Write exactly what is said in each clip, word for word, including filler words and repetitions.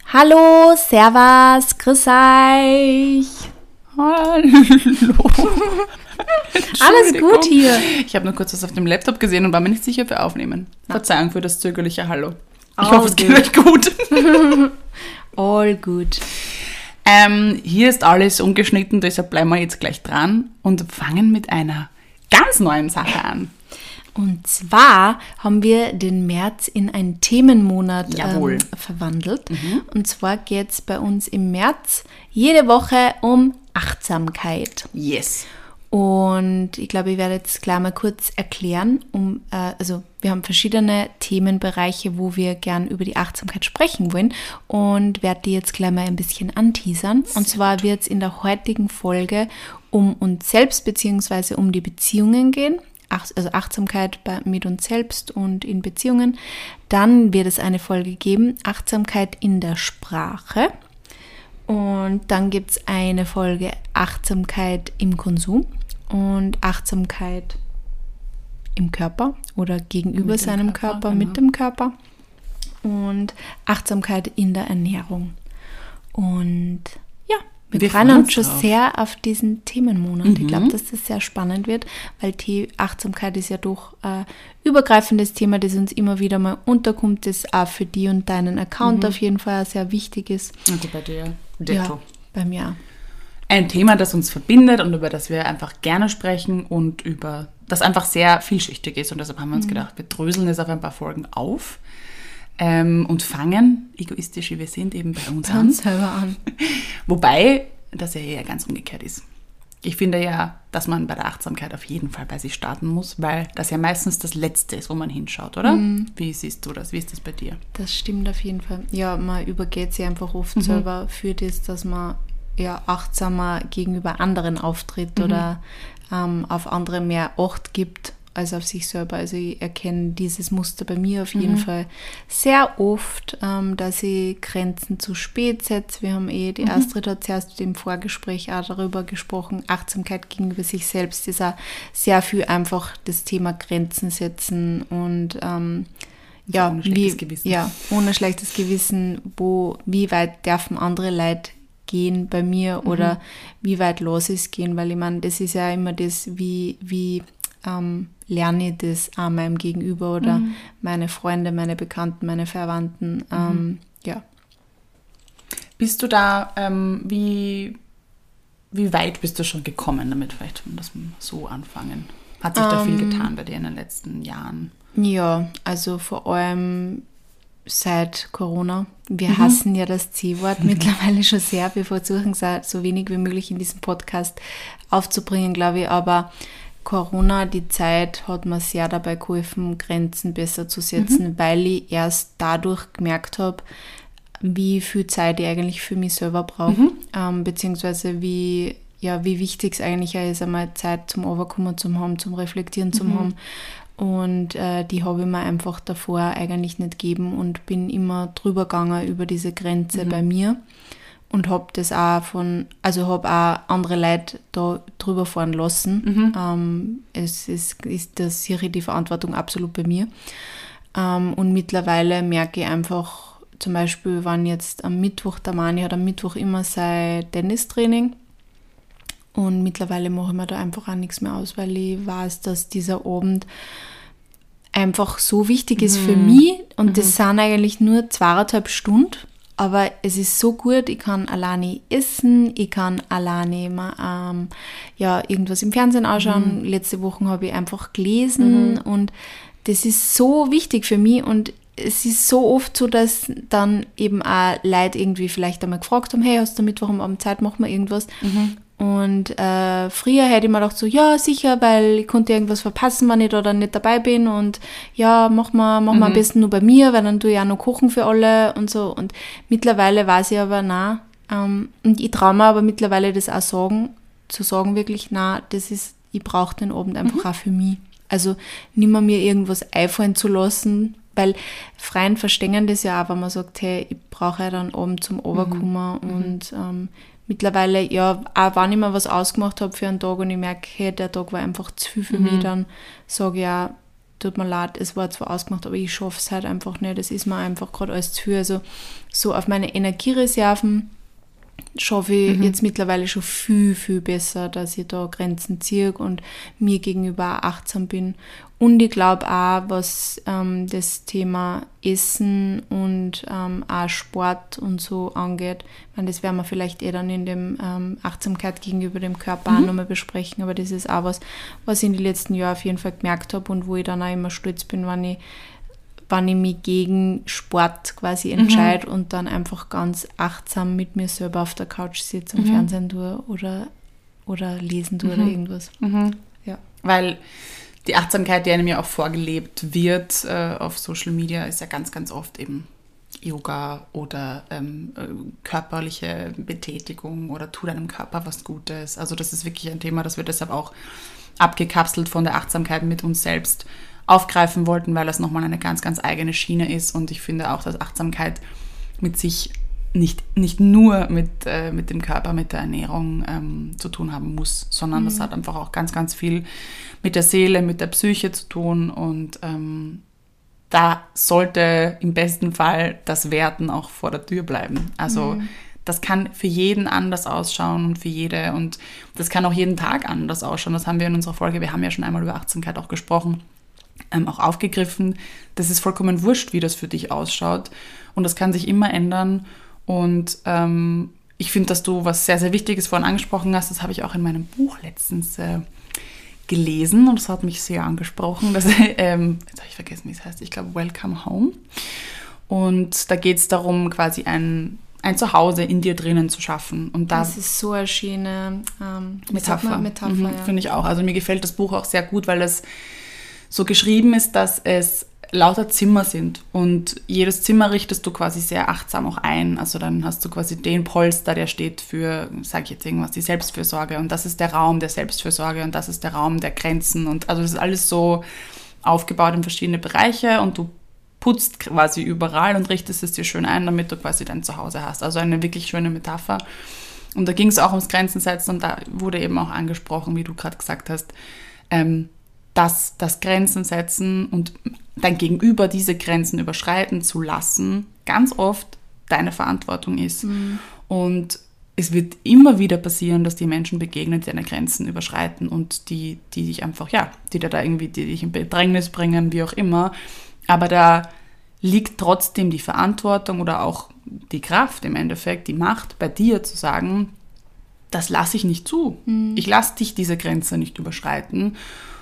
Hallo, servus, grüß euch. Hallo. Alles gut hier. Ich habe nur kurz was auf dem Laptop gesehen und war mir nicht sicher für Aufnehmen. Na. Verzeihung für das zögerliche Hallo. Ich All hoffe, es geht euch gut. All good. Ähm, hier ist alles ungeschnitten, deshalb bleiben wir jetzt gleich dran und fangen mit einer ganz neuen Sache an. Und zwar haben wir den März in einen Themenmonat ähm, verwandelt. Mhm. Und zwar geht es bei uns im März jede Woche um Achtsamkeit. Yes. Und ich glaube, ich werde jetzt gleich mal kurz erklären, um, äh, also wir haben verschiedene Themenbereiche, wo wir gern über die Achtsamkeit sprechen wollen und werde die jetzt gleich mal ein bisschen anteasern. Und zwar wird es in der heutigen Folge um uns selbst bzw. um die Beziehungen gehen. Also Achtsamkeit bei, mit uns selbst und in Beziehungen. Dann wird es eine Folge geben, Achtsamkeit in der Sprache. Und dann gibt es eine Folge, Achtsamkeit im Konsum und Achtsamkeit im Körper oder gegenüber mit seinem Körper, Körper genau. mit dem Körper. Und Achtsamkeit in der Ernährung. Und ja, Wir, wir freuen uns schon drauf. sehr auf diesen Themenmonat. Mhm. Ich glaube, dass das sehr spannend wird, weil die Achtsamkeit ist ja doch ein übergreifendes Thema, das uns immer wieder mal unterkommt, das auch für die und deinen Account mhm. auf jeden Fall sehr wichtig ist. Und bei dir? Ja, bei mir auch. Ein Thema, das uns verbindet und über das wir einfach gerne sprechen und über das einfach sehr vielschichtig ist. Und deshalb haben wir uns mhm. gedacht, wir dröseln es auf ein paar Folgen auf. Ähm, und fangen, egoistisch wie wir sind, eben bei uns an. selber an. Wobei das ja eher ganz umgekehrt ist. Ich finde ja, dass man bei der Achtsamkeit auf jeden Fall bei sich starten muss, weil das ja meistens das Letzte ist, wo man hinschaut, oder? Mhm. Wie siehst du das? Wie ist das bei dir? Das stimmt auf jeden Fall. Ja, man übergeht sich einfach oft mhm. selber für das, dass man ja achtsamer gegenüber anderen auftritt mhm. oder ähm, auf andere mehr Acht gibt als auf sich selber. Also ich erkenne dieses Muster bei mir auf jeden mhm. Fall sehr oft, ähm, dass ich Grenzen zu spät setze. Wir haben eh, die mhm. Astrid hat zuerst im Vorgespräch auch darüber gesprochen, Achtsamkeit gegenüber sich selbst ist auch sehr viel einfach das Thema Grenzen setzen und ähm, ja, ohne wie, schlechtes Gewissen. ja, ohne schlechtes Gewissen, wo, wie weit dürfen andere Leute gehen bei mir mhm. oder wie weit los ist gehen, weil ich meine, das ist ja immer das, wie, wie ähm, lerne ich das an meinem Gegenüber oder mhm. meine Freunde, meine Bekannten, meine Verwandten. Ähm, mhm. Ja. Bist du da, ähm, wie, wie weit bist du schon gekommen damit? Vielleicht das so anfangen. Hat sich da ähm, viel getan bei dir in den letzten Jahren? Ja, also vor allem seit Corona. Wir mhm. hassen ja das C-Wort mittlerweile schon sehr. Wir versuchen es so wenig wie möglich in diesem Podcast aufzubringen, glaube ich, aber Corona, die Zeit hat mir sehr dabei geholfen, Grenzen besser zu setzen, mhm. weil ich erst dadurch gemerkt habe, wie viel Zeit ich eigentlich für mich selber brauche, mhm. ähm, beziehungsweise wie, ja, wie wichtig es eigentlich auch ist, einmal Zeit zum Overkommen zu haben, zum Reflektieren zu mhm. haben. Und äh, die habe ich mir einfach davor eigentlich nicht gegeben und bin immer drüber gegangen über diese Grenze mhm. bei mir. Und habe das auch von, also habe auch andere Leute da drüber fahren lassen. Mhm. Ähm, es ist, ist das hier die Verantwortung absolut bei mir. Ähm, und mittlerweile merke ich einfach, zum Beispiel, wenn jetzt am Mittwoch, der Mani hat am Mittwoch immer sein Tennistraining. Und mittlerweile mache ich mir da einfach auch nichts mehr aus, weil ich weiß, dass dieser Abend einfach so wichtig ist mhm. für mich. Und mhm. das sind eigentlich nur zweieinhalb Stunden. Aber es ist so gut, ich kann alleine essen, ich kann alleine mal, ähm, ja, irgendwas im Fernsehen anschauen. Mhm. Letzte Woche habe ich einfach gelesen mhm. und das ist so wichtig für mich und es ist so oft so, dass dann eben auch Leute irgendwie vielleicht einmal gefragt haben, hey, hast du Mittwoch am Abend Zeit, machen wir irgendwas? Mhm. Und äh, früher hätte ich mir gedacht so, ja, sicher, weil ich konnte irgendwas verpassen, wenn ich da dann nicht dabei bin und ja, mach mal, mach mal mhm. am besten nur bei mir, weil dann tue ich auch noch kochen für alle und so. Und mittlerweile weiß ich aber, nein, ähm, und ich traue mir aber mittlerweile das auch sagen, zu sagen wirklich, nein, das ist, ich brauche den Abend einfach mhm. auch für mich. Also nicht mehr mir irgendwas einfallen zu lassen, weil Freien verstehen das ja auch, wenn man sagt, hey, ich brauche ja dann Abend zum Runterkommen mhm. und ähm, mittlerweile, ja, auch wenn ich mir was ausgemacht habe für einen Tag und ich merke, hey, der Tag war einfach zu viel für mhm. mich, dann sage ich auch, tut mir leid, es war zwar ausgemacht, aber ich schaffe es halt einfach nicht. Das ist mir einfach gerade alles zu viel. Also so auf meine Energiereserven schaffe ich mhm. jetzt mittlerweile schon viel, viel besser, dass ich da Grenzen ziehe und mir gegenüber auch achtsam bin. Und ich glaube auch, was ähm, das Thema Essen und ähm, auch Sport und so angeht, ich meine, das werden wir vielleicht eh dann in dem ähm, Achtsamkeit gegenüber dem Körper mhm. auch nochmal besprechen, aber das ist auch was, was ich in den letzten Jahren auf jeden Fall gemerkt habe und wo ich dann auch immer stolz bin, wenn ich wenn ich mich gegen Sport quasi entscheide mhm. und dann einfach ganz achtsam mit mir selber auf der Couch sitze und mhm. Fernsehen tue oder, oder lesen tue mhm. oder irgendwas. Mhm. Ja. Weil die Achtsamkeit, die einem ja auch vorgelebt wird äh, auf Social Media, ist ja ganz, ganz oft eben Yoga oder ähm, äh, körperliche Betätigung oder tu deinem Körper was Gutes. Also das ist wirklich ein Thema, das wir deshalb auch abgekapselt von der Achtsamkeit mit uns selbst aufgreifen wollten, weil das nochmal eine ganz, ganz eigene Schiene ist. Und ich finde auch, dass Achtsamkeit mit sich nicht, nicht nur mit, äh, mit dem Körper, mit der Ernährung ähm, zu tun haben muss, sondern mhm. das hat einfach auch ganz, ganz viel mit der Seele, mit der Psyche zu tun. Und ähm, da sollte im besten Fall das Werten auch vor der Tür bleiben. Also mhm. das kann für jeden anders ausschauen und für jede. Und das kann auch jeden Tag anders ausschauen. Das haben wir in unserer Folge, wir haben ja schon einmal über Achtsamkeit auch gesprochen, Ähm, auch aufgegriffen. Das ist vollkommen wurscht, wie das für dich ausschaut. Und das kann sich immer ändern. Und ähm, ich finde, dass du was sehr, sehr Wichtiges vorhin angesprochen hast. Das habe ich auch in meinem Buch letztens äh, gelesen. Und das hat mich sehr angesprochen. Das, ähm, jetzt habe ich vergessen, wie es heißt. Ich glaube, Welcome Home. Und da geht es darum, quasi ein, ein Zuhause in dir drinnen zu schaffen. Und da, das ist so eine schöne ähm, Metapher. Metapher mhm, ja. Finde ich auch. Also mir gefällt das Buch auch sehr gut, weil es so geschrieben ist, dass es lauter Zimmer sind und jedes Zimmer richtest du quasi sehr achtsam auch ein. Also dann hast du quasi den Polster, der steht für, sage ich jetzt irgendwas, die Selbstfürsorge und das ist der Raum der Selbstfürsorge und das ist der Raum der Grenzen und also das ist alles so aufgebaut in verschiedene Bereiche und du putzt quasi überall und richtest es dir schön ein, damit du quasi dein Zuhause hast. Also eine wirklich schöne Metapher. Und da ging es auch ums Grenzen setzen und da wurde eben auch angesprochen, wie du gerade gesagt hast, ähm, dass das Grenzen setzen und dein Gegenüber diese Grenzen überschreiten zu lassen, ganz oft deine Verantwortung ist. Mhm. Und es wird immer wieder passieren, dass die Menschen begegnen, die deine Grenzen überschreiten und die, die dich einfach, ja, die dir da irgendwie, die dich in Bedrängnis bringen, wie auch immer. Aber da liegt trotzdem die Verantwortung oder auch die Kraft im Endeffekt, die Macht bei dir zu sagen, das lasse ich nicht zu. Mhm. Ich lasse dich diese Grenze nicht überschreiten.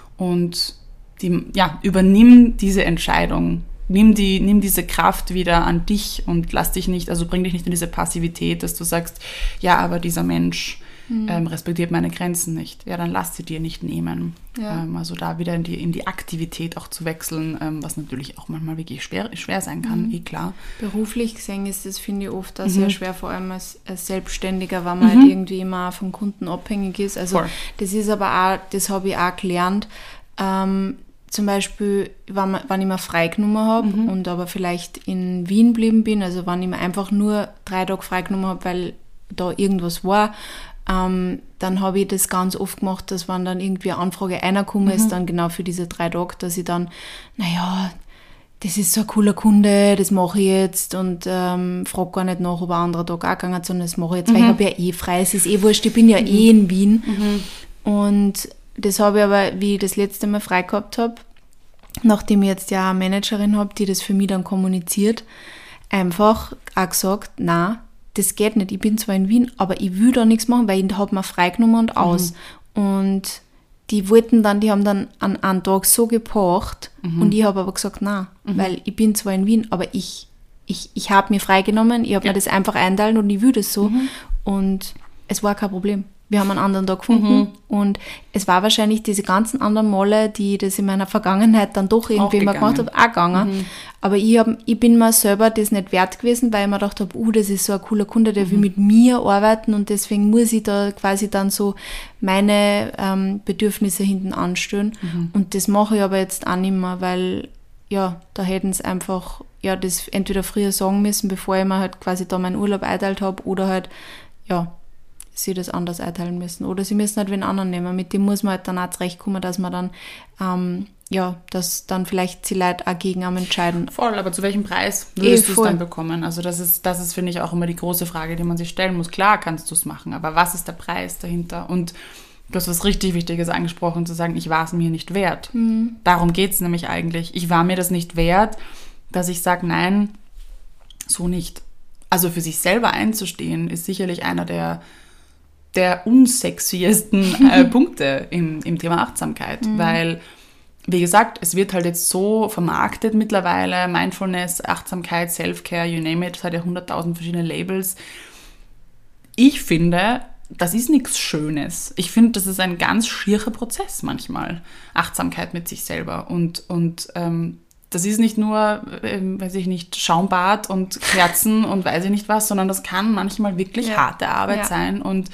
Und die, ja, übernimm diese Entscheidung, nimm, die, nimm diese Kraft wieder an dich und lass dich nicht, also bring dich nicht in diese Passivität, dass du sagst, ja, aber dieser Mensch mhm. ähm, respektiert meine Grenzen nicht. Ja, dann lass sie dir nicht nehmen. Ja. Ähm, also da wieder in die, in die Aktivität auch zu wechseln, ähm, was natürlich auch manchmal wirklich schwer, schwer sein kann, mhm. eh klar. Beruflich gesehen ist das, finde ich, oft auch mhm. sehr schwer, vor allem als, als Selbstständiger, weil man mhm. halt irgendwie immer vom Kunden abhängig ist. Also Voll. Das ist aber auch, das habe ich auch gelernt, ähm, zum Beispiel, wenn, man, wenn ich mir freigenommen habe mhm. und aber vielleicht in Wien geblieben bin, also wenn ich mir einfach nur drei Tage freigenommen habe, weil da irgendwas war, ähm, dann habe ich das ganz oft gemacht, dass wenn dann irgendwie eine Anfrage reingekommen mhm. ist, dann genau für diese drei Tage, dass ich dann, naja, das ist so ein cooler Kunde, das mache ich jetzt und ähm, frage gar nicht nach, ob ein anderer Tag auch gegangen hat, sondern das mache ich jetzt, mhm. weil ich habe ja eh frei, es ist eh wurscht, ich bin ja mhm. eh in Wien. Mhm. Und das habe ich aber, wie ich das letzte Mal frei gehabt habe, nachdem ich jetzt ja eine Managerin habe, die das für mich dann kommuniziert, einfach auch gesagt, nein, das geht nicht, ich bin zwar in Wien, aber ich will da nichts machen, weil ich habe mir freigenommen und aus. Mhm. Und die wollten dann, die haben dann an einen Tag so gepocht mhm. und ich habe aber gesagt, nein, mhm. weil ich bin zwar in Wien, aber ich, ich, ich habe mir freigenommen, ich habe ja. mir das einfach einteilen und ich will das so. Mhm. Und es war kein Problem. Wir haben einen anderen Tag gefunden mhm. und es war wahrscheinlich diese ganzen anderen Male, die das in meiner Vergangenheit dann doch irgendwie immer gemacht habe, auch gegangen. Mhm. Aber ich, hab, ich bin mir selber das nicht wert gewesen, weil ich mir gedacht habe, uh, das ist so ein cooler Kunde, der mhm. will mit mir arbeiten und deswegen muss ich da quasi dann so meine ähm, Bedürfnisse hinten anstellen. Mhm. Und das mache ich aber jetzt auch nicht mehr, weil ja, da hätten sie einfach ja das entweder früher sagen müssen, bevor ich mir halt quasi da meinen Urlaub einteilt habe oder halt, ja, sie das anders einteilen müssen. Oder sie müssen halt wen anderen nehmen. Mit dem muss man halt dann auch zurechtkommen, dass man dann ähm, ja, dass dann vielleicht die Leute auch gegen am entscheiden. Voll, aber zu welchem Preis würdest Eh, du es dann bekommen? Also das ist, das ist, finde ich, auch immer die große Frage, die man sich stellen muss. Klar kannst du es machen, aber was ist der Preis dahinter? Und du hast was richtig Wichtiges angesprochen, zu sagen, ich war es mir nicht wert. Mhm. Darum geht es nämlich eigentlich. Ich war mir das nicht wert, dass ich sage, nein, so nicht. Also für sich selber einzustehen, ist sicherlich einer der, der unsexiesten äh, Punkte im, im Thema Achtsamkeit, mhm. weil, wie gesagt, es wird halt jetzt so vermarktet mittlerweile, Mindfulness, Achtsamkeit, Self-Care, you name it, es hat ja hunderttausend verschiedene Labels. Ich finde, das ist nichts Schönes. Ich finde, das ist ein ganz schierer Prozess manchmal, Achtsamkeit mit sich selber. Und, und ähm, das ist nicht nur, ähm, weiß ich nicht, Schaumbad und Kerzen und weiß ich nicht was, sondern das kann manchmal wirklich ja. harte Arbeit ja. sein und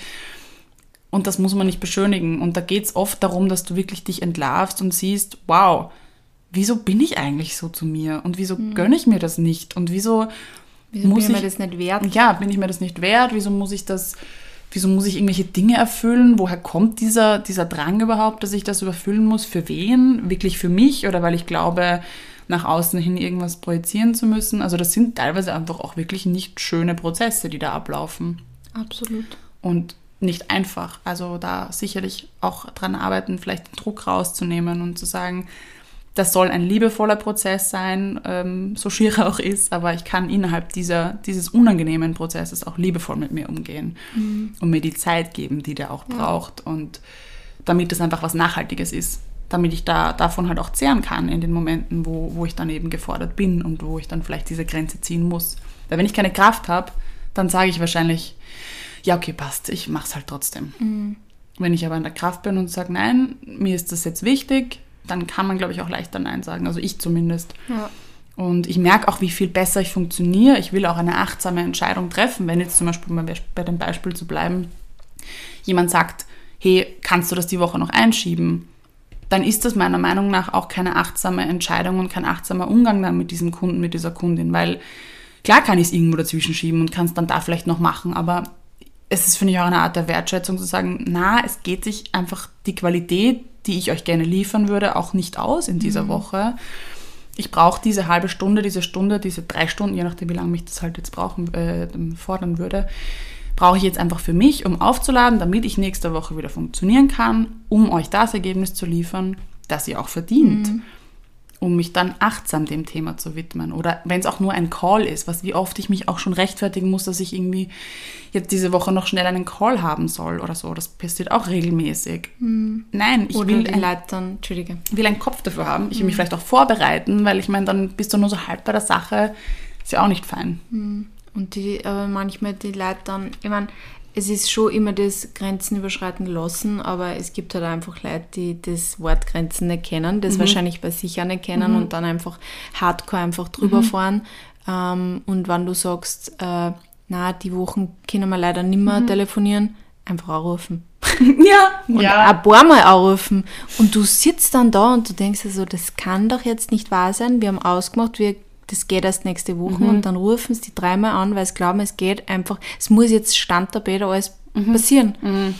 Und das muss man nicht beschönigen. Und da geht es oft darum, dass du wirklich dich entlarvst und siehst, wow, wieso bin ich eigentlich so zu mir? Und wieso mhm. gönne ich mir das nicht? Und wieso, wieso muss bin ich mir das nicht wert? Ja, bin ich mir das nicht wert? Wieso muss ich das, wieso muss ich irgendwelche Dinge erfüllen? Woher kommt dieser, dieser Drang überhaupt, dass ich das überfüllen muss? Für wen? Wirklich für mich? Oder weil ich glaube, nach außen hin irgendwas projizieren zu müssen? Also das sind teilweise einfach auch wirklich nicht schöne Prozesse, die da ablaufen. Absolut. Und nicht einfach. Also da sicherlich auch dran arbeiten, vielleicht den Druck rauszunehmen und zu sagen, das soll ein liebevoller Prozess sein, ähm, so schier er auch ist, aber ich kann innerhalb dieser, dieses unangenehmen Prozesses auch liebevoll mit mir umgehen mhm. und mir die Zeit geben, die der auch ja. braucht, und damit es einfach was Nachhaltiges ist, damit ich da davon halt auch zehren kann in den Momenten, wo, wo ich dann eben gefordert bin und wo ich dann vielleicht diese Grenze ziehen muss. Weil wenn ich keine Kraft habe, dann sage ich wahrscheinlich, ja, okay, passt, ich mache es halt trotzdem. Mhm. Wenn ich aber in der Kraft bin und sage, nein, mir ist das jetzt wichtig, dann kann man, glaube ich, auch leichter Nein sagen. Also ich zumindest. Ja. Und ich merke auch, wie viel besser ich funktioniere. Ich will auch eine achtsame Entscheidung treffen. Wenn jetzt zum Beispiel mal bei dem Beispiel zu bleiben, jemand sagt, hey, kannst du das die Woche noch einschieben? Dann ist das meiner Meinung nach auch keine achtsame Entscheidung und kein achtsamer Umgang dann mit diesem Kunden, mit dieser Kundin. Weil klar kann ich es irgendwo dazwischen schieben und kann es dann da vielleicht noch machen, aber es ist, finde ich, auch eine Art der Wertschätzung zu sagen, na, es geht sich einfach die Qualität, die ich euch gerne liefern würde, auch nicht aus in dieser mhm. Woche. Ich brauche diese halbe Stunde, diese Stunde, diese drei Stunden, je nachdem, wie lange mich das halt jetzt brauchen, äh, fordern würde, brauche ich jetzt einfach für mich, um aufzuladen, damit ich nächste Woche wieder funktionieren kann, um euch das Ergebnis zu liefern, das ihr auch verdient. Mhm. Um mich dann achtsam dem Thema zu widmen. Oder wenn es auch nur ein Call ist, was wie oft ich mich auch schon rechtfertigen muss, dass ich irgendwie jetzt diese Woche noch schnell einen Call haben soll oder so. Das passiert auch regelmäßig. Mhm. Nein, ich oder will, die ein, Leute dann, Entschuldige. will einen Kopf dafür haben. Ich will mhm. mich vielleicht auch vorbereiten, weil ich meine, dann bist du nur so halb bei der Sache. Ist ja auch nicht fein. Mhm. Und die, aber manchmal die Leute dann, ich meine, es ist schon immer das Grenzen überschreiten lassen, aber es gibt halt einfach Leute, die das Wort Grenzen nicht kennen, das mhm. wahrscheinlich bei sich auch nicht kennen mhm. und dann einfach hardcore einfach drüber mhm. fahren. Ähm, und wenn du sagst, äh, na, die Wochen können wir leider nicht mehr mhm. telefonieren, einfach anrufen. Ja. Und ja. ein paar Mal anrufen. Und du sitzt dann da und du denkst dir so, das kann doch jetzt nicht wahr sein. Wir haben ausgemacht, wir das geht erst nächste Woche mhm. und dann rufen sie die dreimal an, weil sie glauben, es geht einfach, es muss jetzt Stand der Bäder alles mhm. passieren. Mhm.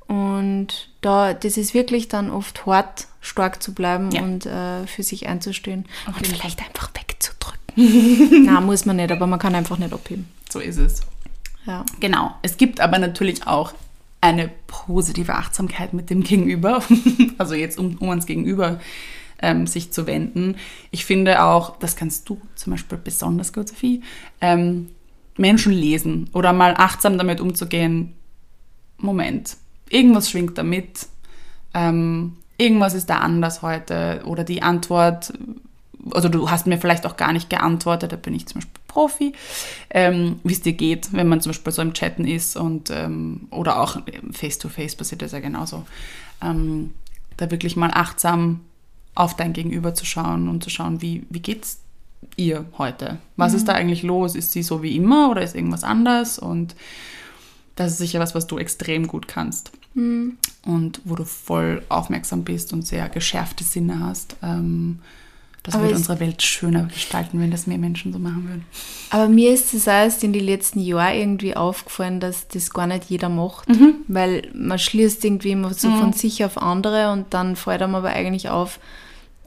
Und da, das ist wirklich dann oft hart, stark zu bleiben ja. und äh, für sich einzustehen Auf und vielleicht Fall. einfach wegzudrücken. Nein, muss man nicht, aber man kann einfach nicht abheben. So ist es. Ja. Genau. Es gibt aber natürlich auch eine positive Achtsamkeit mit dem Gegenüber, also jetzt um, um ans Gegenüber Ähm, sich zu wenden. Ich finde auch, das kannst du zum Beispiel besonders gut, Sophie, ähm, Menschen lesen oder mal achtsam damit umzugehen. Moment, irgendwas schwingt da mit, ähm, irgendwas ist da anders heute oder die Antwort, also du hast mir vielleicht auch gar nicht geantwortet, da bin ich zum Beispiel Profi, ähm, wie es dir geht, wenn man zum Beispiel so im Chatten ist und ähm, oder auch face-to-face passiert das ja genauso. Ähm, da wirklich mal achtsam auf dein Gegenüber zu schauen und zu schauen, wie, wie geht's ihr heute? Was mhm. ist da eigentlich los? Ist sie so wie immer oder ist irgendwas anders? Und das ist sicher was, was du extrem gut kannst. Mhm. Und wo du voll aufmerksam bist und sehr geschärfte Sinne hast. Ähm, das aber würde unsere Welt schöner gestalten, wenn das mehr Menschen so machen würden. Aber mir ist es erst in den letzten Jahren irgendwie aufgefallen, dass das gar nicht jeder macht. Mhm. Weil man schließt irgendwie immer so mhm. von sich auf andere und dann fällt einem aber eigentlich auf,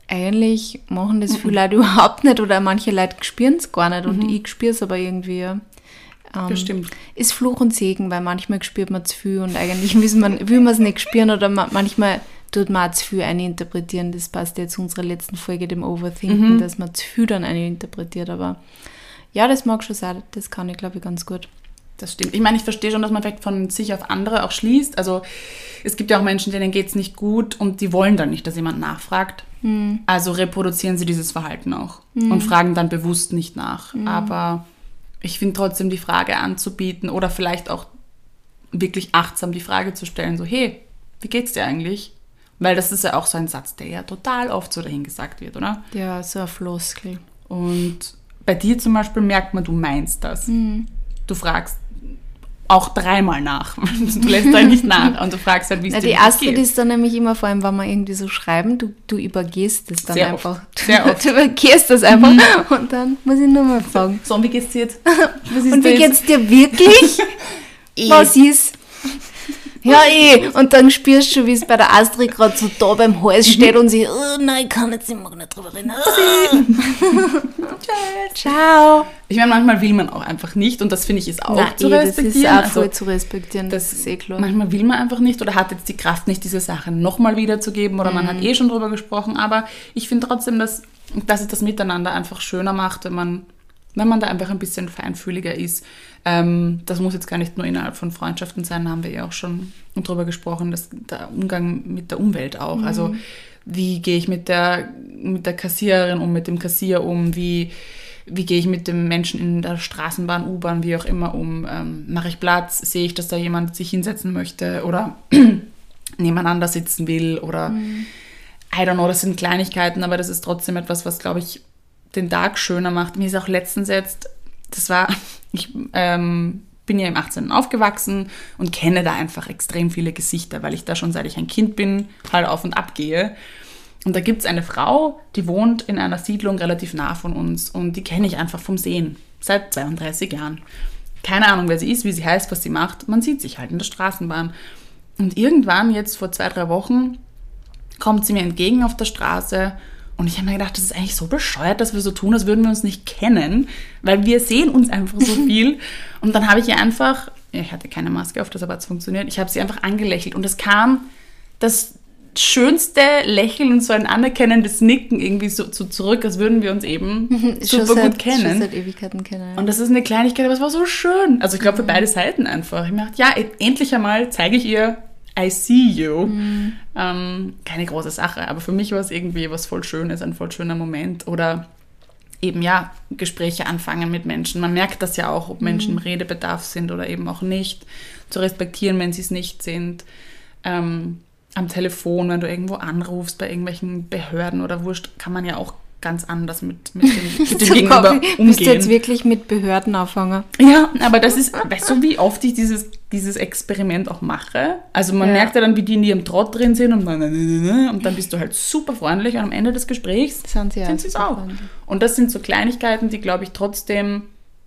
eigentlich machen das viele Leute überhaupt nicht oder manche Leute spüren es gar nicht und ich spüre es aber irgendwie. Ja. Ähm, Das stimmt. Ist Fluch und Segen, weil manchmal spürt man zu viel und eigentlich will man, will man es nicht spüren oder ma- manchmal tut man auch zu viel eininterpretieren. Das passt jetzt zu unserer letzten Folge, dem Overthinken, dass man zu viel dann eininterpretiert. Aber ja, das mag schon sein, das kann ich, glaube ich, ganz gut. Das stimmt. Ich meine, ich verstehe schon, dass man vielleicht von sich auf andere auch schließt. Also es gibt ja auch Menschen, denen geht es nicht gut und die wollen dann nicht, dass jemand nachfragt. Mhm. Also reproduzieren sie dieses Verhalten auch mhm. und fragen dann bewusst nicht nach. Mhm. Aber ich finde trotzdem, die Frage anzubieten oder vielleicht auch wirklich achtsam die Frage zu stellen, so, hey, wie geht's dir eigentlich? Weil das ist ja auch so ein Satz, der ja total oft so dahin gesagt wird, oder? Ja, so ein Floskel. Und bei dir zum Beispiel merkt man, du meinst das. Mhm. Du fragst auch dreimal nach. Du lässt da nicht nach und du fragst halt, wie es ja, dir die Astrid geht. ist dann nämlich immer, vor allem, wenn wir irgendwie so schreiben, du, du übergehst das dann Sehr einfach. Oft. Sehr oft. Du übergehst das einfach mhm. und dann muss ich nur mal fragen. So, und wie geht's dir jetzt? Was ist Und wie das? geht's dir wirklich? Was ist? Ja, eh. Und dann spürst du, wie es bei der Astrid gerade so da beim Hals steht und sie, oh nein, ich kann jetzt nicht, mag nicht drüber reden. Ciao. Ich meine, manchmal will man auch einfach nicht und das finde ich ist auch Nein, zu eh, respektieren. Das ist auch Also, voll zu respektieren, das, das ist eh klar. Manchmal will man einfach nicht oder hat jetzt die Kraft nicht, diese Sache nochmal wiederzugeben oder man hat eh schon drüber gesprochen, aber ich finde trotzdem, dass, dass es das Miteinander einfach schöner macht, wenn man, wenn man da einfach ein bisschen feinfühliger ist. Ähm, das muss jetzt gar nicht nur innerhalb von Freundschaften sein, da haben wir ja auch schon drüber gesprochen, dass der Umgang mit der Umwelt auch, mhm. also wie gehe ich mit der, mit der Kassiererin um, mit dem Kassier um, wie Wie gehe ich mit dem Menschen in der Straßenbahn, U-Bahn, wie auch immer um? Ähm, mache ich Platz? Sehe ich, dass da jemand sich hinsetzen möchte oder nebeneinander sitzen will? Oder mhm. I don't know, das sind Kleinigkeiten, aber das ist trotzdem etwas, was, glaube ich, den Tag schöner macht. Mir ist auch letztens jetzt, das war, ich ähm, bin ja im achtzehnten aufgewachsen und kenne da einfach extrem viele Gesichter, weil ich da schon seit ich ein Kind bin, halt auf und ab gehe. Und da gibt es eine Frau, die wohnt in einer Siedlung relativ nah von uns und die kenne ich einfach vom Sehen, seit zweiunddreißig Jahren. Keine Ahnung, wer sie ist, wie sie heißt, was sie macht. Man sieht sich halt in der Straßenbahn. Und irgendwann, jetzt vor zwei, drei Wochen, kommt sie mir entgegen auf der Straße und ich habe mir gedacht, das ist eigentlich so bescheuert, dass wir so tun, als würden wir uns nicht kennen, weil wir sehen uns einfach so viel. Und dann habe ich ihr einfach, ich hatte keine Maske auf, das aber hat es funktioniert, ich habe sie einfach angelächelt und es kam das schönste Lächeln und so ein anerkennendes Nicken irgendwie so, so zurück, als würden wir uns eben super seit, gut kennen. Schon seit Ewigkeiten kennen. Ja. Und das ist eine Kleinigkeit, aber es war so schön. Also ich glaube für beide Seiten einfach. Ich mir gedacht, ja, endlich einmal zeige ich ihr, I see you. Mhm. Ähm, keine große Sache, aber für mich war es irgendwie was voll Schönes, ein voll schöner Moment. Oder eben ja, Gespräche anfangen mit Menschen. Man merkt das ja auch, ob Menschen im Redebedarf sind oder eben auch nicht. Zu respektieren, wenn sie es nicht sind. Ähm, am Telefon, wenn du irgendwo anrufst, bei irgendwelchen Behörden oder wurscht, kann man ja auch ganz anders mit, mit dem, mit dem Gegenüber umgehen. Bist du jetzt wirklich mit Behörden aufhängen? Ja, aber das ist, weißt du, wie oft ich dieses, dieses Experiment auch mache? Also man ja. merkt ja dann, wie die in ihrem Trott drin sind und, man, und dann bist du halt super freundlich und am Ende des Gesprächs sind sie sind sie es auch. Freundlich. Und das sind so Kleinigkeiten, die, glaube ich, trotzdem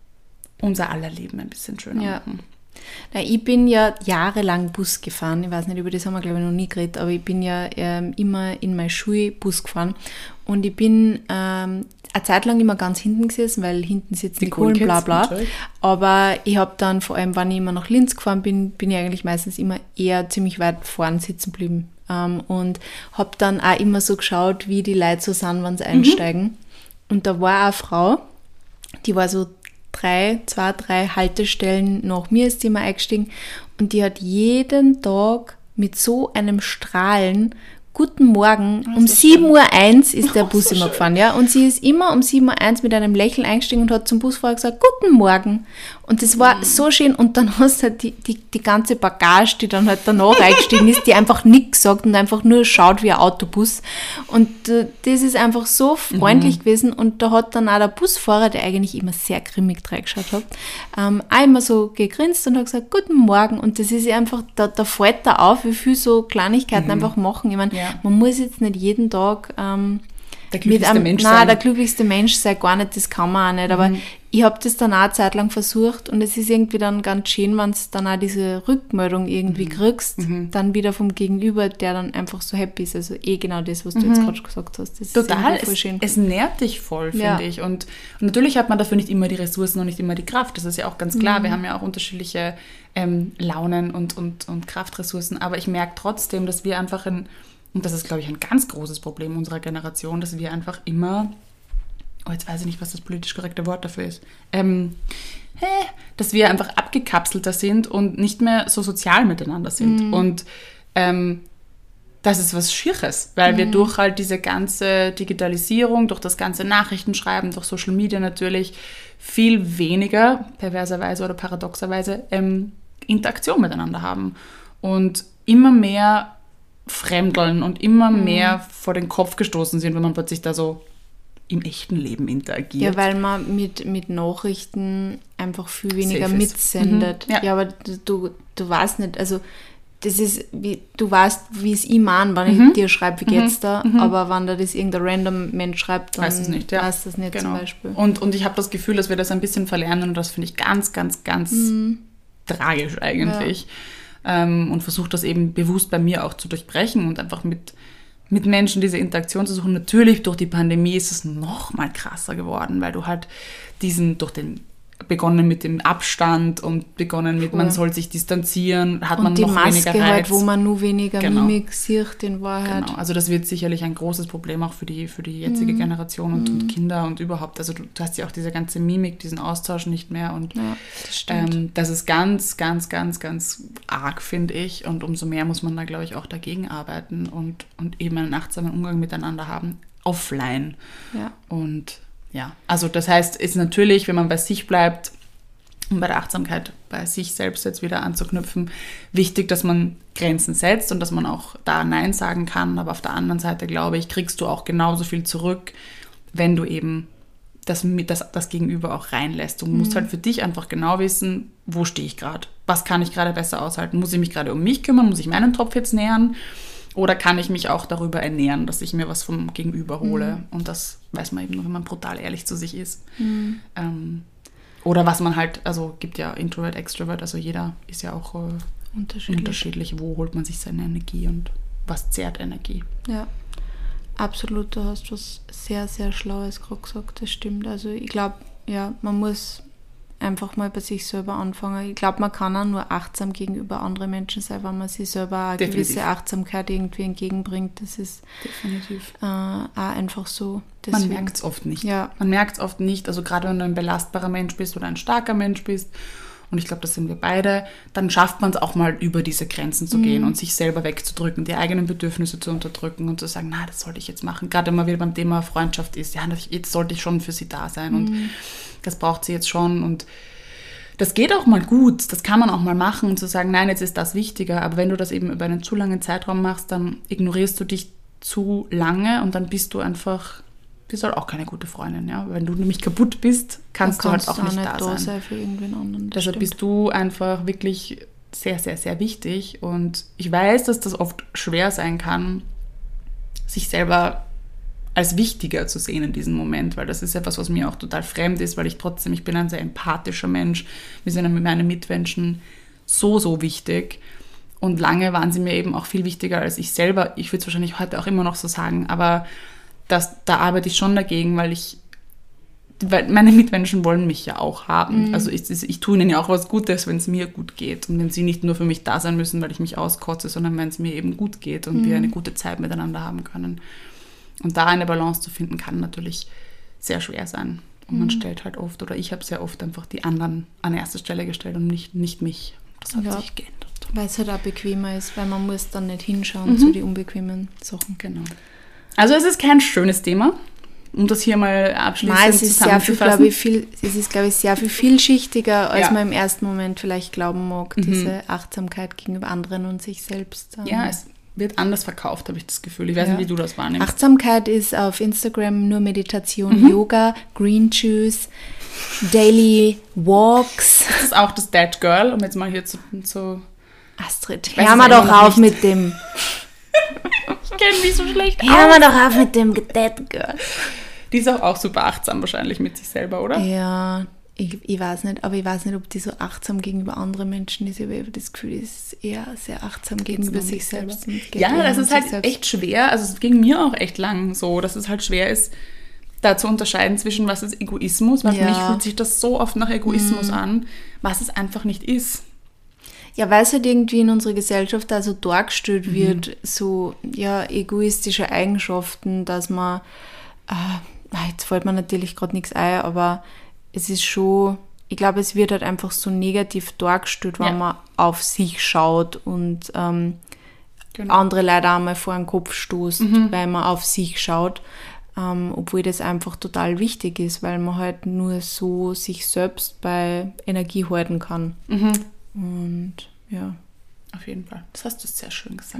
unser aller Leben ein bisschen schöner ja. machen. Na, ich bin ja jahrelang Bus gefahren. Ich weiß nicht, über das haben wir, glaube ich, noch nie geredet, aber ich bin ja ähm, immer in meine Schule Bus gefahren. Und ich bin ähm, eine Zeit lang immer ganz hinten gesessen, weil hinten sitzen die, die coolen, bla bla. Aber ich habe dann, vor allem, wenn ich immer nach Linz gefahren bin, bin ich eigentlich meistens immer eher ziemlich weit vorn sitzen geblieben. Ähm, und habe dann auch immer so geschaut, wie die Leute so sind, wenn sie einsteigen. Mhm. Und da war eine Frau, die war so drei, zwei, drei Haltestellen nach mir ist die immer eingestiegen und die hat jeden Tag mit so einem Strahlen Guten Morgen, oh, um sieben Uhr eins ist der Bus oh, so immer schön. gefahren, ja, und sie ist immer um sieben Uhr eins mit einem Lächeln eingestiegen und hat zum Busfahrer gesagt, Guten Morgen, und das war mhm. so schön, und dann hast du halt die, die, die ganze Bagage, die dann halt danach eingestiegen ist, die einfach nichts sagt und einfach nur schaut wie ein Autobus, und äh, das ist einfach so freundlich mhm. gewesen, und da hat dann auch der Busfahrer, der eigentlich immer sehr grimmig reingeschaut hat, ähm, auch immer so gegrinst und hat gesagt, Guten Morgen, und das ist einfach, da, da fällt da auf, wie viel so Kleinigkeiten mhm. einfach machen, ich meine, ja. man muss jetzt nicht jeden Tag ähm, der glücklichste einem, Mensch nein, sein. der glücklichste Mensch sei gar nicht, das kann man auch nicht. Aber mhm. ich habe das dann auch eine Zeit lang versucht und es ist irgendwie dann ganz schön, wenn du dann auch diese Rückmeldung irgendwie mhm. kriegst, mhm. dann wieder vom Gegenüber, der dann einfach so happy ist. Also eh genau das, was du mhm. jetzt gerade gesagt hast. Das Total, ist voll schön. Es, es nährt dich voll, finde ja. ich. Und, und natürlich hat man dafür nicht immer die Ressourcen und nicht immer die Kraft. Das ist ja auch ganz klar. Mhm. Wir haben ja auch unterschiedliche ähm, Launen und, und, und Kraftressourcen. Aber ich merke trotzdem, dass wir einfach in und das ist, glaube ich, ein ganz großes Problem unserer Generation, dass wir einfach immer, oh, jetzt weiß ich nicht, was das politisch korrekte Wort dafür ist, ähm, hä, dass wir einfach abgekapselter sind und nicht mehr so sozial miteinander sind. Mhm. Und ähm, das ist was Schieres, weil mhm. wir durch halt diese ganze Digitalisierung, durch das ganze Nachrichtenschreiben, durch Social Media natürlich viel weniger, perverserweise oder paradoxerweise, ähm, Interaktion miteinander haben. Und immer mehr fremdeln und immer mhm. mehr vor den Kopf gestoßen sind, wenn man plötzlich da so im echten Leben interagiert. Ja, weil man mit, mit Nachrichten einfach viel weniger mitsendet. Mhm. Ja. ja, aber du, du weißt nicht, also das ist, wie, du weißt, wie es ich meine, wenn mhm. ich dir schreibe, wie geht's da, mhm. aber wenn da das irgendein random Mensch schreibt, dann weiß es nicht, ja. weiß das nicht genau. zum Beispiel. Und, und ich habe das Gefühl, dass wir das ein bisschen verlernen und das finde ich ganz, ganz, ganz mhm. tragisch eigentlich. Ja. Und versuche das eben bewusst bei mir auch zu durchbrechen und einfach mit, mit Menschen diese Interaktion zu suchen. Natürlich durch die Pandemie ist es noch mal krasser geworden, weil du halt diesen, durch den, begonnen mit dem Abstand und begonnen mit, cool. man soll sich distanzieren, hat und man noch Maske weniger Reiz. Halt, wo man nur weniger genau. Mimik sieht in Wahrheit. Genau, also das wird sicherlich ein großes Problem auch für die, für die jetzige mhm. Generation und, mhm. und Kinder und überhaupt. Also du, du hast ja auch diese ganze Mimik, diesen Austausch nicht mehr und ja, das stimmt. Ähm, das ist ganz, ganz, ganz, ganz arg, finde ich, und umso mehr muss man da, glaube ich, auch dagegen arbeiten und, und eben einen achtsamen Umgang miteinander haben, offline. Ja. Und ja, also das heißt, ist natürlich, wenn man bei sich bleibt, um bei der Achtsamkeit bei sich selbst jetzt wieder anzuknüpfen, wichtig, dass man Grenzen setzt und dass man auch da Nein sagen kann. Aber auf der anderen Seite, glaube ich, kriegst du auch genauso viel zurück, wenn du eben das, das, das Gegenüber auch reinlässt. Du mhm. musst halt für dich einfach genau wissen, wo stehe ich gerade? Was kann ich gerade besser aushalten? Muss ich mich gerade um mich kümmern? Muss ich meinen Topf jetzt nähern? Oder kann ich mich auch darüber ernähren, dass ich mir was vom Gegenüber hole? Mhm. Und das weiß man eben nur, wenn man brutal ehrlich zu sich ist. Mhm. Ähm, oder was man halt, also gibt ja Introvert, Extrovert, also jeder ist ja auch äh, unterschiedlich. unterschiedlich. Wo holt man sich seine Energie und was zehrt Energie? Ja, absolut. Du hast was sehr, sehr Schlaues gerade gesagt, das stimmt. Also ich glaube, ja, man muss einfach mal bei sich selber anfangen. Ich glaube, man kann auch nur achtsam gegenüber anderen Menschen sein, wenn man sich selber eine Definitiv. gewisse Achtsamkeit irgendwie entgegenbringt. Das ist Definitiv. Äh, auch einfach so. Deswegen. Man merkt es oft nicht. Ja. Man merkt es oft nicht. Also gerade wenn du ein belastbarer Mensch bist oder ein starker Mensch bist, und ich glaube, das sind wir beide, dann schafft man es auch mal, über diese Grenzen zu mhm. gehen und sich selber wegzudrücken, die eigenen Bedürfnisse zu unterdrücken und zu sagen, na, das sollte ich jetzt machen. Gerade wenn man wieder beim Thema Freundschaft ist, ja, jetzt sollte ich schon für sie da sein mhm. und das braucht sie jetzt schon. Und das geht auch mal gut, das kann man auch mal machen und zu sagen, nein, jetzt ist das wichtiger. Aber wenn du das eben über einen zu langen Zeitraum machst, dann ignorierst du dich zu lange und dann bist du einfach... bist halt auch keine gute Freundin, ja. Wenn du nämlich kaputt bist, kannst, du halt auch nicht, nicht da sein. sein für irgendwen anderen. Deshalb bist du einfach wirklich sehr, sehr, sehr wichtig. Und ich weiß, dass das oft schwer sein kann, sich selber als wichtiger zu sehen in diesem Moment, weil das ist etwas, was mir auch total fremd ist, weil ich trotzdem, ich bin ein sehr empathischer Mensch. Wir sind mit meinen Mitmenschen so, so wichtig. Und lange waren sie mir eben auch viel wichtiger als ich selber. Ich würde es wahrscheinlich heute auch immer noch so sagen, aber Das, da arbeite ich schon dagegen, weil ich, weil meine Mitmenschen wollen mich ja auch haben. Mhm. Also ich, ich tue ihnen ja auch was Gutes, wenn es mir gut geht und wenn sie nicht nur für mich da sein müssen, weil ich mich auskotze, sondern wenn es mir eben gut geht und mhm. wir eine gute Zeit miteinander haben können. Und da eine Balance zu finden, kann natürlich sehr schwer sein. Und mhm. man stellt halt oft, oder ich habe sehr oft einfach die anderen an erste Stelle gestellt und nicht, nicht mich. Das hat ja. sich geändert. Weil es halt auch bequemer ist, weil man muss dann nicht hinschauen mhm. zu den unbequemen Sachen. Genau. Also es ist kein schönes Thema, um das hier mal abschließend Nein, es ist sehr viel, glaube ich, viel, es ist, glaube ich, sehr viel vielschichtiger, als ja. man im ersten Moment vielleicht glauben mag, mhm. diese Achtsamkeit gegenüber anderen und sich selbst. Ja, es wird anders verkauft, habe ich das Gefühl. Ich weiß ja. nicht, wie du das wahrnimmst. Achtsamkeit ist auf Instagram nur Meditation, mhm. Yoga, Green Juice, Daily Walks. Das ist auch das Dead Girl, um jetzt mal hier zu... zu Astrid, hör mal doch auf mit dem... Ich irgendwie so schlecht aus. Hör mal doch auf mit dem Dead Girl. Die ist auch, auch super achtsam wahrscheinlich mit sich selber, oder? Ja, ich, ich weiß nicht, aber ich weiß nicht, ob die so achtsam gegenüber anderen Menschen ist. Ich habe das Gefühl, die ist eher sehr achtsam gegenüber sich selbst. Ja, das ist halt echt schwer. Also es ging mir auch echt lang so, dass es halt schwer ist, da zu unterscheiden zwischen was ist Egoismus, weil Ja. für mich fühlt sich das so oft nach Egoismus an, was es einfach nicht ist. Ja, weil es halt irgendwie in unserer Gesellschaft da so dargestellt wird, so ja, egoistische Eigenschaften, dass man, äh, jetzt fällt mir natürlich gerade nichts ein, aber es ist schon, ich glaube, es wird halt einfach so negativ dargestellt, wenn Ja. man auf sich schaut und ähm, Genau. andere Leute einmal vor den Kopf stoßt, weil man auf sich schaut. Ähm, obwohl das einfach total wichtig ist, weil man halt nur so sich selbst bei Energie halten kann. Mhm. Und ja. Auf jeden Fall. Das hast du sehr schön gesagt.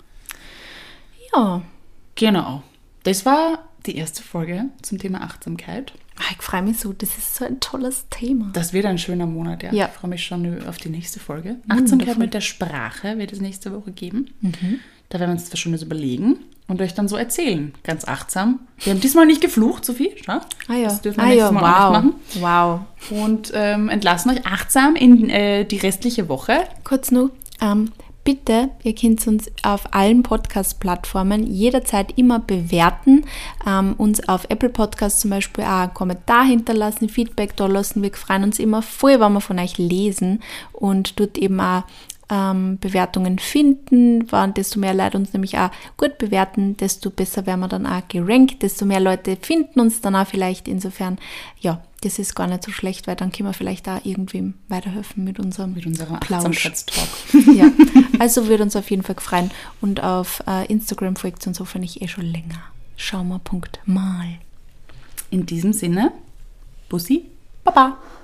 Ja, Genau. Das war die erste Folge zum Thema Achtsamkeit. ich freue mich so, das ist so ein tolles Thema. Das wird ein schöner Monat, ja. Ja. Ich freue mich schon auf die nächste Folge. Achtsamkeit mit der Sprache wird es nächste Woche geben. Da werden wir uns das Schönes überlegen und euch dann so erzählen. Ganz achtsam. Wir haben diesmal nicht geflucht, Sophie. Schau. Ah ja, Das dürfen wir ah, nächstes ja Mal wow. auch nicht machen. Wow. Und ähm, entlassen euch achtsam in äh, die restliche Woche. Kurz nur, ähm, bitte, ihr könnt uns auf allen Podcast-Plattformen jederzeit immer bewerten, ähm, uns auf Apple Podcasts zum Beispiel auch einen Kommentar hinterlassen, Feedback da lassen. Wir freuen uns immer voll, wenn wir von euch lesen und dort eben auch ähm, Bewertungen finden. Weil desto mehr Leute uns nämlich auch gut bewerten, desto besser werden wir dann auch gerankt, desto mehr Leute finden uns dann auch vielleicht. Insofern, ja, das ist gar nicht so schlecht, weil dann können wir vielleicht da irgendwem weiterhelfen mit unserem Mit unserem Plausch. Achtsamkeitstalk. Ja, also würde uns auf jeden Fall freuen. Und auf äh, Instagram folgt uns hoffentlich eh schon länger. Schau mal, Punkt mal. In diesem Sinne, Bussi, Baba.